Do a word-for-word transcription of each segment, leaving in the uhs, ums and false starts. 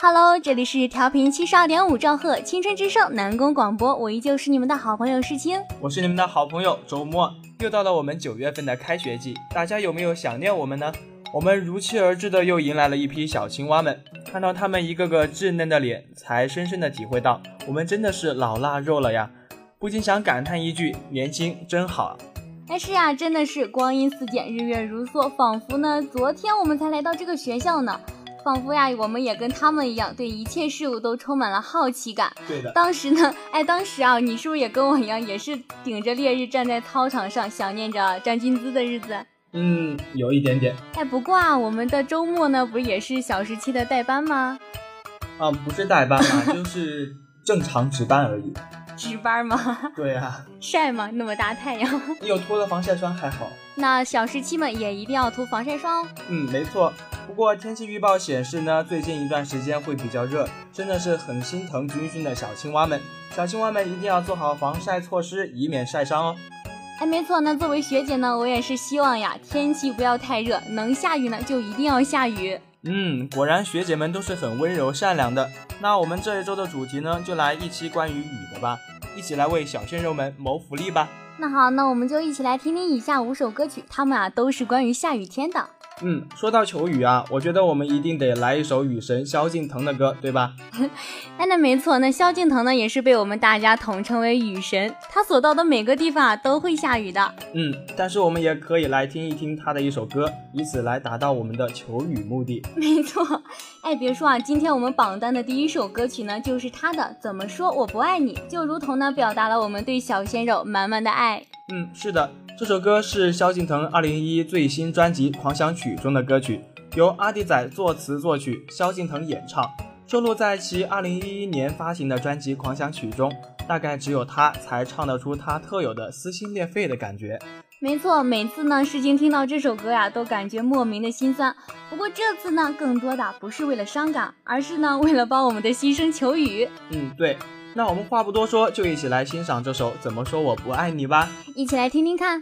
Hello， 这里是调频七十二点五兆赫青春之声南宫广播，我依旧是你们的好朋友世清， 我是你们的好朋友周末。又到了我们九月份的开学季，大家有没有想念我们呢？我们如期而至的又迎来了一批小青蛙们，看到他们一个个稚嫩的脸，才深深的体会到我们真的是老腊肉了呀，不禁想感叹一句，年轻真好。 哎，是呀，真的是光阴似箭，日月如梭，仿佛呢昨天我们才来到这个学校呢，仿佛呀我们也跟他们一样，对一切事物都充满了好奇感。 对的， 当时呢哎当时啊你是不是也跟我一样，也是顶着烈日站在操场上，想念着张君姿的日子？ 嗯，有一点点。 哎，不过啊我们的周末呢不是也是小时期的代班吗？ 啊，不是代班嘛，就是正常值班而已。 值班吗？ 对啊。 晒吗？那么大太阳。 你有涂了防晒霜还好。 那小时期们也一定要涂防晒霜哦。 嗯，没错。不过天气预报显示呢，最近一段时间会比较热，真的是很心疼军训的小青蛙们。小青蛙们一定要做好防晒措施，以免晒伤哦。 哎，没错，那作为学姐呢，我也是希望呀，天气不要太热，能下雨呢就一定要下雨。 嗯，果然学姐们都是很温柔善良的。那我们这一周的主题呢，就来一期关于雨的吧，一起来为小鲜肉们谋福利吧。 那好，那我们就一起来听听以下五首歌曲，它们啊都是关于下雨天的。 嗯，说到求雨啊，我觉得我们一定得来一首雨神萧敬腾的歌，对吧？ 哎，那没错，那萧敬腾呢也是被我们大家统称为雨神，他所到的每个地方啊都会下雨的。 嗯，但是我们也可以来听一听他的一首歌，以此来达到我们的求雨目的。 没错，哎，别说啊，今天我们榜单的第一首歌曲呢就是他的《怎么说我不爱你》，就如同呢表达了我们对小鲜肉满满的爱。 嗯，是的，这首歌是萧敬腾二零一一最新专辑《狂想曲》中的歌曲，由阿弟仔作词作曲，萧敬腾演唱，收录在其二零一一年发行的专辑《狂想曲》中。大概只有他才唱得出他特有的撕心裂肺的感觉。 没错，每次呢世清听到这首歌呀，都感觉莫名的心酸。不过这次呢，更多的不是为了伤感，而是呢为了帮我们的牺牲求雨。 嗯，对。那我们话不多说，就一起来欣赏这首《怎么说我不爱你》吧。 一起来听听看。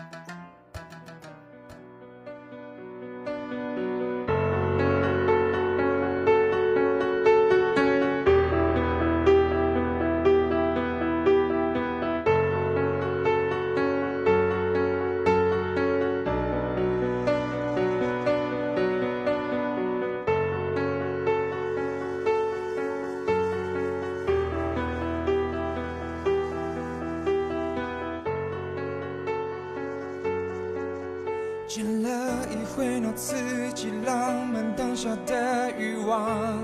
见了一回那刺激浪漫当下的欲望，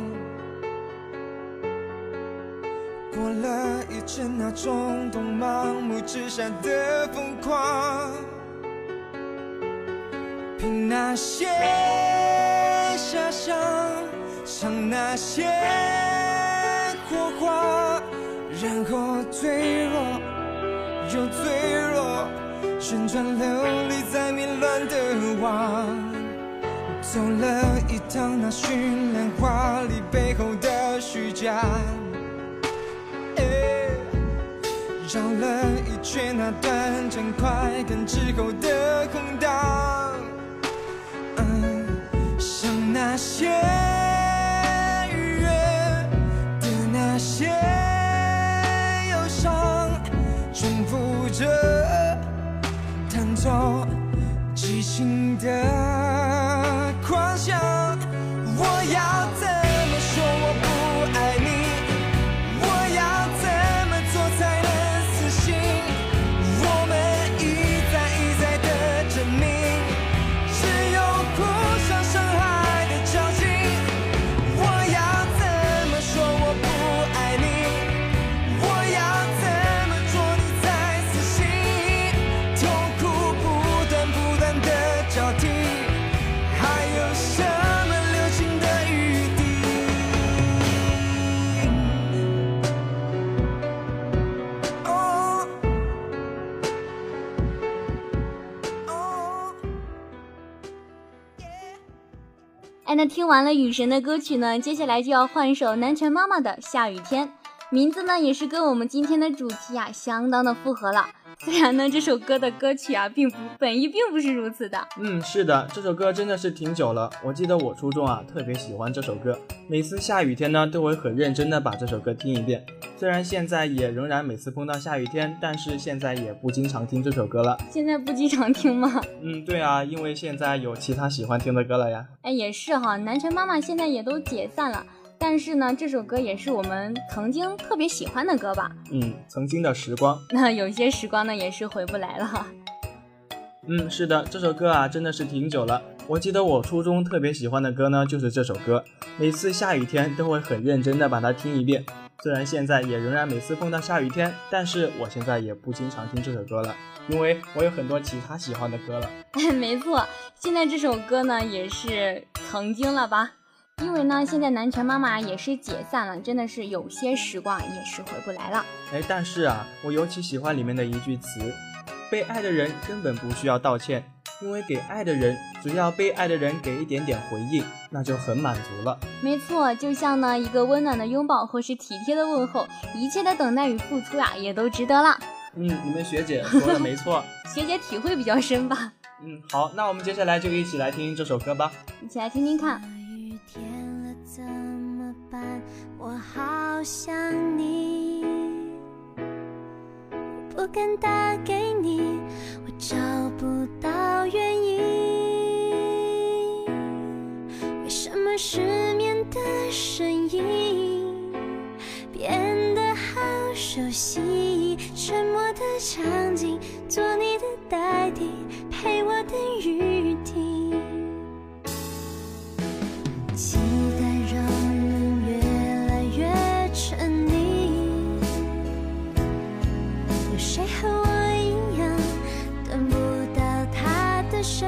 过了一阵那冲动盲目之下的疯狂，凭那些遐想，想那些火花，然后脆弱又脆弱，旋转流离在迷乱的网，走了一趟那绚烂华丽背后的虚假，绕了一圈那短暂快感之后的空荡，嗯，像那些愉悦的那些忧伤，重复着弹奏激情的狂想。我要怎么说我不爱你？我要怎么做才能死心？我们一再一再的证明，只有互相伤害的交集。我要怎么说我不爱你？我要怎么做你才死心？痛苦不断不断的交替，还有什么留情的余地？哦哦哎，那听完了雨神的歌曲呢，接下来就要换一首南拳妈妈的《下雨天》，名字呢也是跟我们今天的主题啊相当的符合了。 虽然呢，这首歌的歌曲啊，并不本意并不是如此的。 嗯，是的，这首歌真的是挺久了。我记得我初中啊，特别喜欢这首歌，每次下雨天呢，都会很认真的把这首歌听一遍。虽然现在也仍然每次碰到下雨天，但是现在也不经常听这首歌了。 现在不经常听吗？ 嗯，对啊，因为现在有其他喜欢听的歌了呀。 哎，也是哈，南拳妈妈现在也都解散了。但是呢，这首歌也是我们曾经特别喜欢的歌吧？ 嗯，曾经的时光。 那有些时光呢，也是回不来了。 嗯，是的，这首歌啊，真的是挺久了。我记得我初中特别喜欢的歌呢，就是这首歌，每次下雨天都会很认真的把它听一遍。虽然现在也仍然每次碰到下雨天，但是我现在也不经常听这首歌了，因为我有很多其他喜欢的歌了。 没错，现在这首歌呢，也是曾经了吧？因为呢，现在南拳妈妈也是解散了，真的是有些时光也是回不来了。 哎，但是啊，我尤其喜欢里面的一句词，被爱的人根本不需要道歉，因为给爱的人，只要被爱的人给一点点回应，那就很满足了。 没错，就像呢一个温暖的拥抱或是体贴的问候，一切的等待与付出呀、啊，也都值得了。 嗯，你们学姐说的没错。 学姐体会比较深吧。 嗯，好，那我们接下来就一起来听这首歌吧， 一起来听听看。 雨天了怎么办？我好想你，我不敢打给你，我找不到原因，为什么失眠的声音变得好熟悉，沉默的场景做你的代替，陪我等雨停，期待让人越来越沉溺，有谁和我一样等不到他的谁，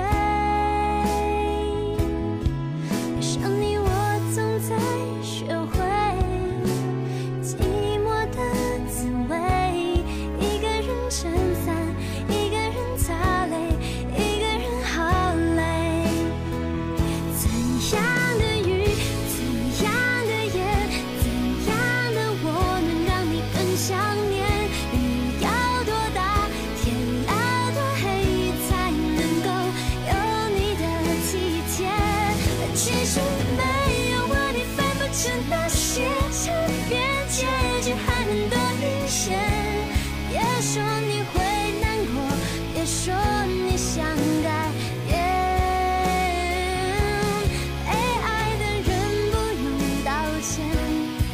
想你我总在学会寂寞的滋味，一个人撑伞，一个人擦泪，一个人好累，怎样的雨，怎样的夜，怎样的我能让你更想念，雨要多大，天要多黑，才能够有你的体贴，其实没有我你分不清那些差别，结局还能多明显，别说你会难过，别说你想改变，被爱的人不用道歉。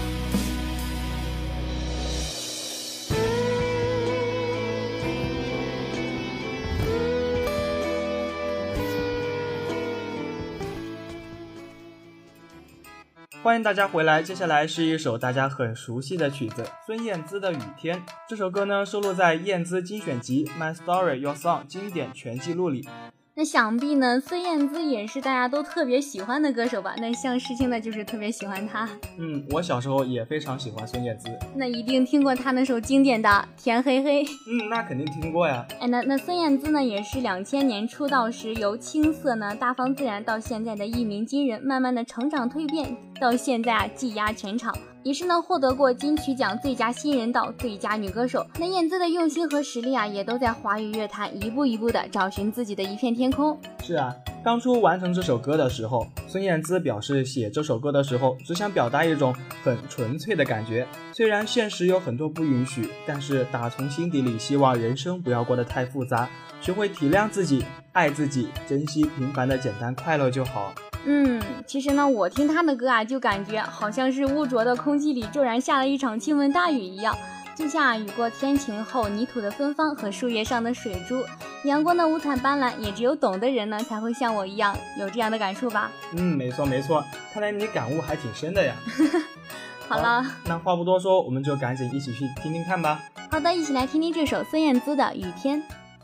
欢迎大家回来，接下来是一首大家很熟悉的曲子，孙燕姿的《雨天》。这首歌呢，收录在燕姿精选集《My Story Your Song》经典全记录里。 那想必呢，孙燕姿也是大家都特别喜欢的歌手吧？那像诗清呢，就是特别喜欢她。 嗯，我小时候也非常喜欢孙燕姿。 那一定听过她那首经典的《天黑黑》。 嗯，那肯定听过呀。 哎，那那孙燕姿呢，也是两千年出道时由青涩呢大方自然到现在的一鸣惊人，慢慢的成长蜕变，到现在啊技压全场。也是呢，获得过金曲奖最佳新人导、最佳女歌手。那燕姿的用心和实力啊，也都在华语乐坛一步一步的找寻自己的一片天空。 是啊，当初完成这首歌的时候，孙燕姿表示写这首歌的时候，只想表达一种很纯粹的感觉。虽然现实有很多不允许，但是打从心底里希望人生不要过得太复杂，学会体谅自己，爱自己，珍惜平凡的简单快乐就好。 嗯，其实呢，我听他的歌啊，就感觉好像是污浊的空气里骤然下了一场倾盆大雨一样，就像雨过天晴后泥土的芬芳和树叶上的水珠，阳光的五彩斑斓，也只有懂的人呢，才会像我一样有这样的感触吧。 嗯，没错没错，看来你感悟还挺深的呀。 好了， 那话不多说，我们就赶紧一起去听听看吧。 好的，一起来听听这首孙燕姿的《雨天》。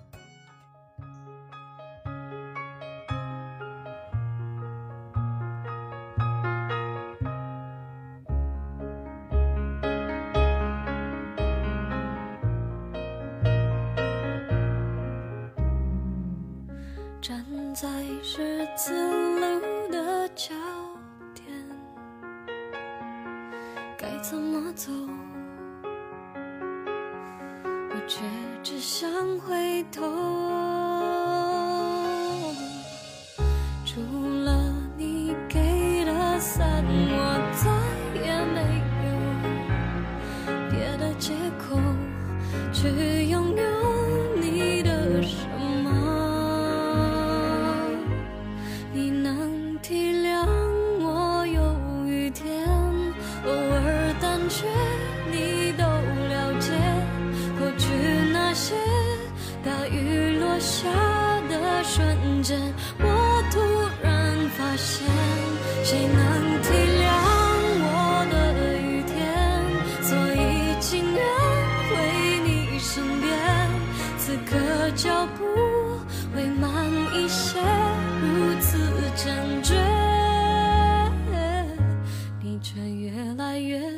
站在十字路的交点，该怎么走？我却只想回头。除了你给的伞，我再也没有别的借口去拥有你的什么。你能体谅我有雨天，偶尔胆怯，你都了解。过去那些大雨落下的瞬间，我突然发现，谁能体谅我的雨天？所以情愿回你身边，此刻脚步会慢一些，如此坚决，你却越来越远。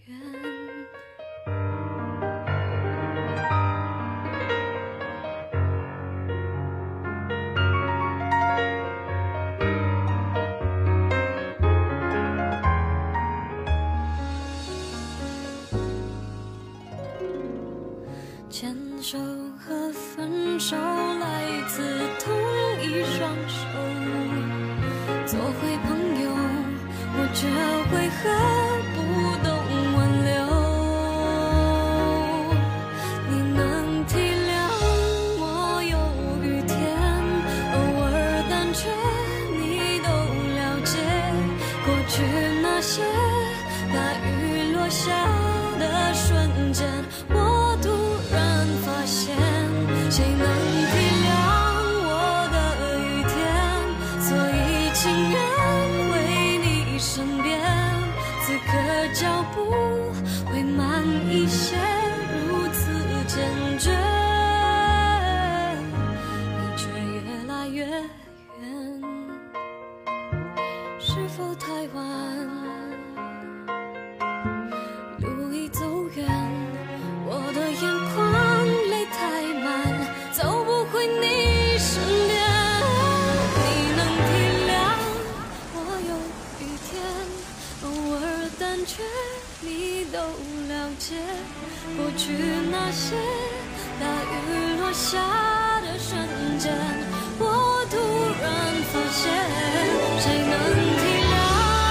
牵手和分手来自同一双手，做回朋友，我却为何不懂挽留？你能体谅我有雨天，偶尔胆怯，你都了解。过去那些大雨落下的瞬间，我突然发现，谁能体谅我的雨天？所以情愿回你身边，此刻脚步会慢一些，如此坚决，你却越来越远。是否太晚？路已走远，我的眼眶泪太满，走不回你身边。你能体谅我有雨天，偶尔胆怯，你都了解。过去那些大雨落下的瞬间，我突然发现，谁能体谅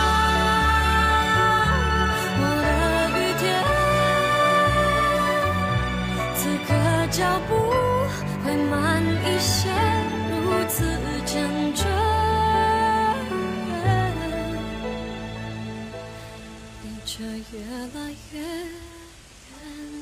脚步会慢一些，如此坚决，你却越来越远。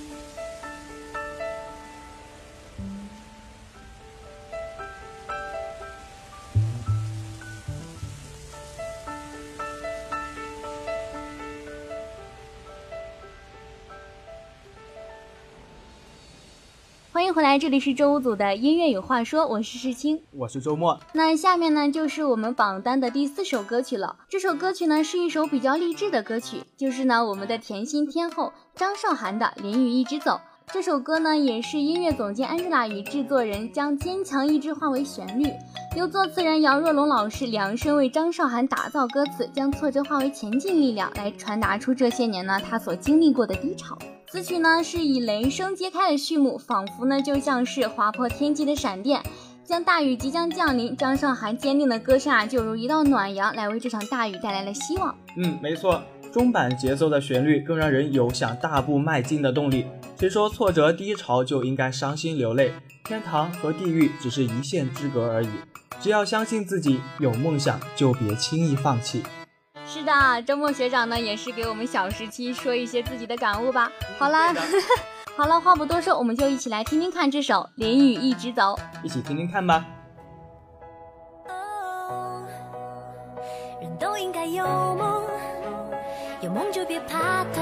欢迎回来，这里是周五组的音乐有话说，我是世清， 我是周末。 那下面呢就是我们榜单的第四首歌曲了。这首歌曲呢是一首比较励志的歌曲，就是呢我们的甜心天后张韶涵的《淋雨一直走》。这首歌呢也是音乐总监 Angela 与制作人将坚强意志化为旋律，由作词人杨若龙老师量身为张韶涵打造歌词，将挫折化为前进力量，来传达出这些年呢她所经历过的低潮。此曲呢是以雷声揭开了序幕，仿佛呢就像是划破天际的闪电，将大雨即将降临，张韶涵坚定的歌声啊就如一道暖阳，来为这场大雨带来了希望。 嗯，没错，中板节奏的旋律更让人有向大步迈进的动力。谁说挫折低潮就应该伤心流泪？天堂和地狱只是一线之隔而已，只要相信自己，有梦想就别轻易放弃。 是的，周末学长呢也是给我们小时期说一些自己的感悟吧。好了好了，话不多说，我们就一起来听听看这首《淋雨一直走》， 一起听听看吧。 哦，人都应该有梦，有梦就别怕痛，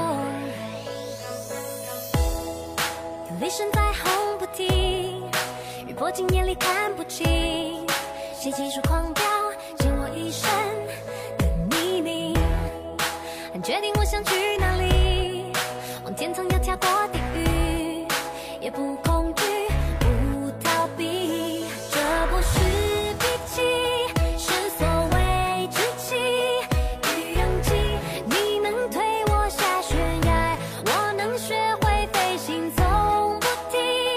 有雷声在轰不停，雨泼进眼里看不清，谁急速狂飙溅我一身的泥泞，很决定我想去哪里，往天堂要跳过地狱，也不恐惧不逃避，这不是脾气，是所谓志气与勇气，你能推我下悬崖，我能学会飞行从不停，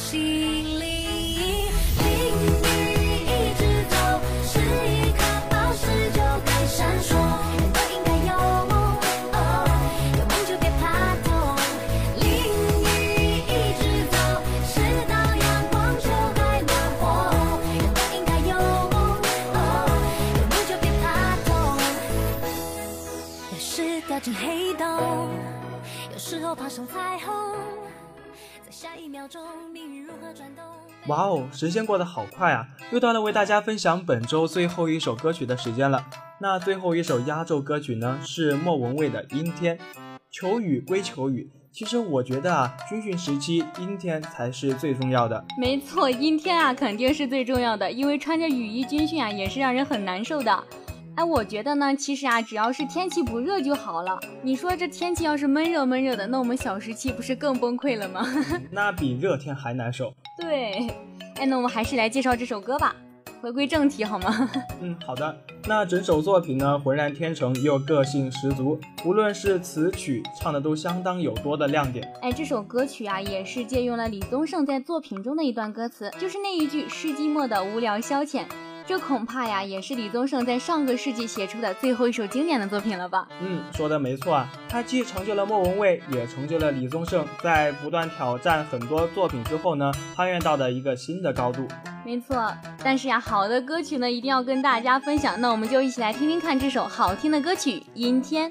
心里。淋雨一直走，是一颗宝石就该闪烁。人都应该有梦，哦，有梦就别怕痛。淋雨一直走，直到阳光就该暖和。人都应该有梦，哦，有梦就别怕痛。有时掉进黑洞，有时候爬上彩虹，在下一秒钟，命运如何转动。 哇哦，时间过得好快啊！又到了为大家分享本周最后一首歌曲的时间了。那最后一首压轴歌曲呢，是莫文蔚的《阴天》。求雨归求雨，其实我觉得啊，军训时期阴天才是最重要的。 没错，阴天啊肯定是最重要的，因为穿着雨衣军训啊也是让人很难受的。哎，我觉得呢，其实啊，只要是天气不热就好了。你说这天气要是闷热闷热的，那我们小时期不是更崩溃了吗？ 那比热天还难受。 对，哎，那我们还是来介绍这首歌吧。回归正题好吗？ 嗯，好的。那整首作品呢，浑然天成又个性十足，无论是词曲唱的都相当有多的亮点。 哎，这首歌曲啊，也是借用了李宗盛在作品中的一段歌词，就是那一句世纪末的无聊消遣。这恐怕呀，也是李宗盛在上个世纪写出的最后一首经典的作品了吧？ 嗯，说的没错啊，他既成就了莫文蔚，也成就了李宗盛在不断挑战很多作品之后呢，攀越到的一个新的高度。 没错，但是呀，好的歌曲呢，一定要跟大家分享。那我们就一起来听听看这首好听的歌曲《阴天》。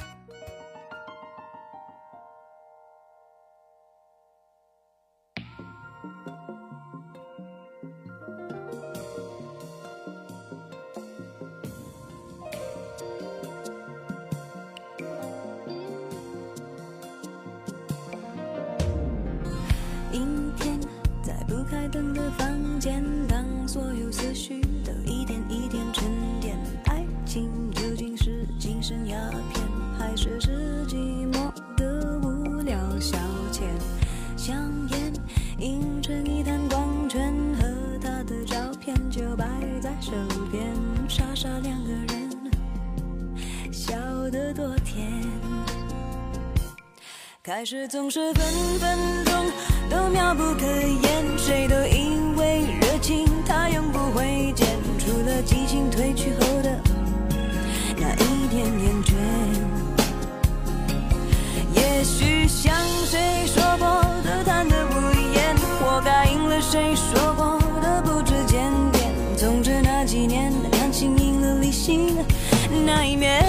阴天，在不开灯的房间，当所有思绪都一点一点沉淀，爱情究竟是精神鸦片，还是是寂寞的无聊消遣？香烟映成一滩光圈，和他的照片就摆在手边，傻傻两个人，笑得多甜。开始总是分分钟都妙不可言，谁都以为热情它永不会减，除了激情褪去后的那一点厌倦。也许像谁说过的谈得不厌，活该应了谁说过的不知检点。总之那几年感情赢了理性那一面。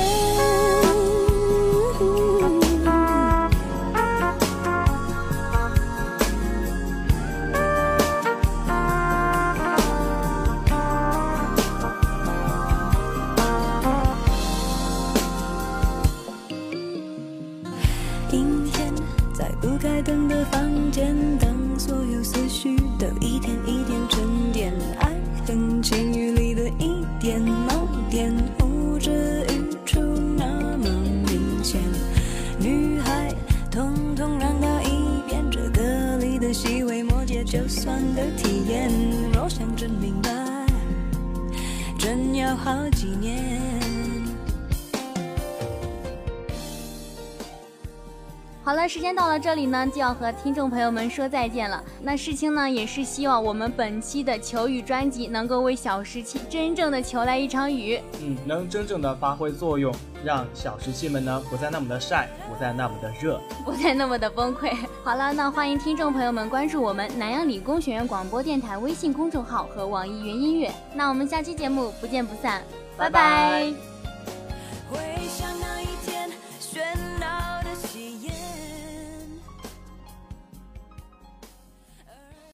不开灯的房间，当所有思绪都一点一点沉淀，爱恨情欲里的一点锚点，呼之欲出那么明显。女孩统统让到一边，这歌里的细微末节就算的体验，若想真明白，真要好几年。 好了，时间到了这里呢，就要和听众朋友们说再见了。那世青呢，也是希望我们本期的求雨专辑能够为小时期真正的求来一场雨， 嗯，能真正的发挥作用，让小时期们呢不再那么的晒，不再那么的热， 不再那么的崩溃。好了，那欢迎听众朋友们关注我们南阳理工学院广播电台微信公众号和网易云音乐。那我们下期节目不见不散，拜拜。 拜拜。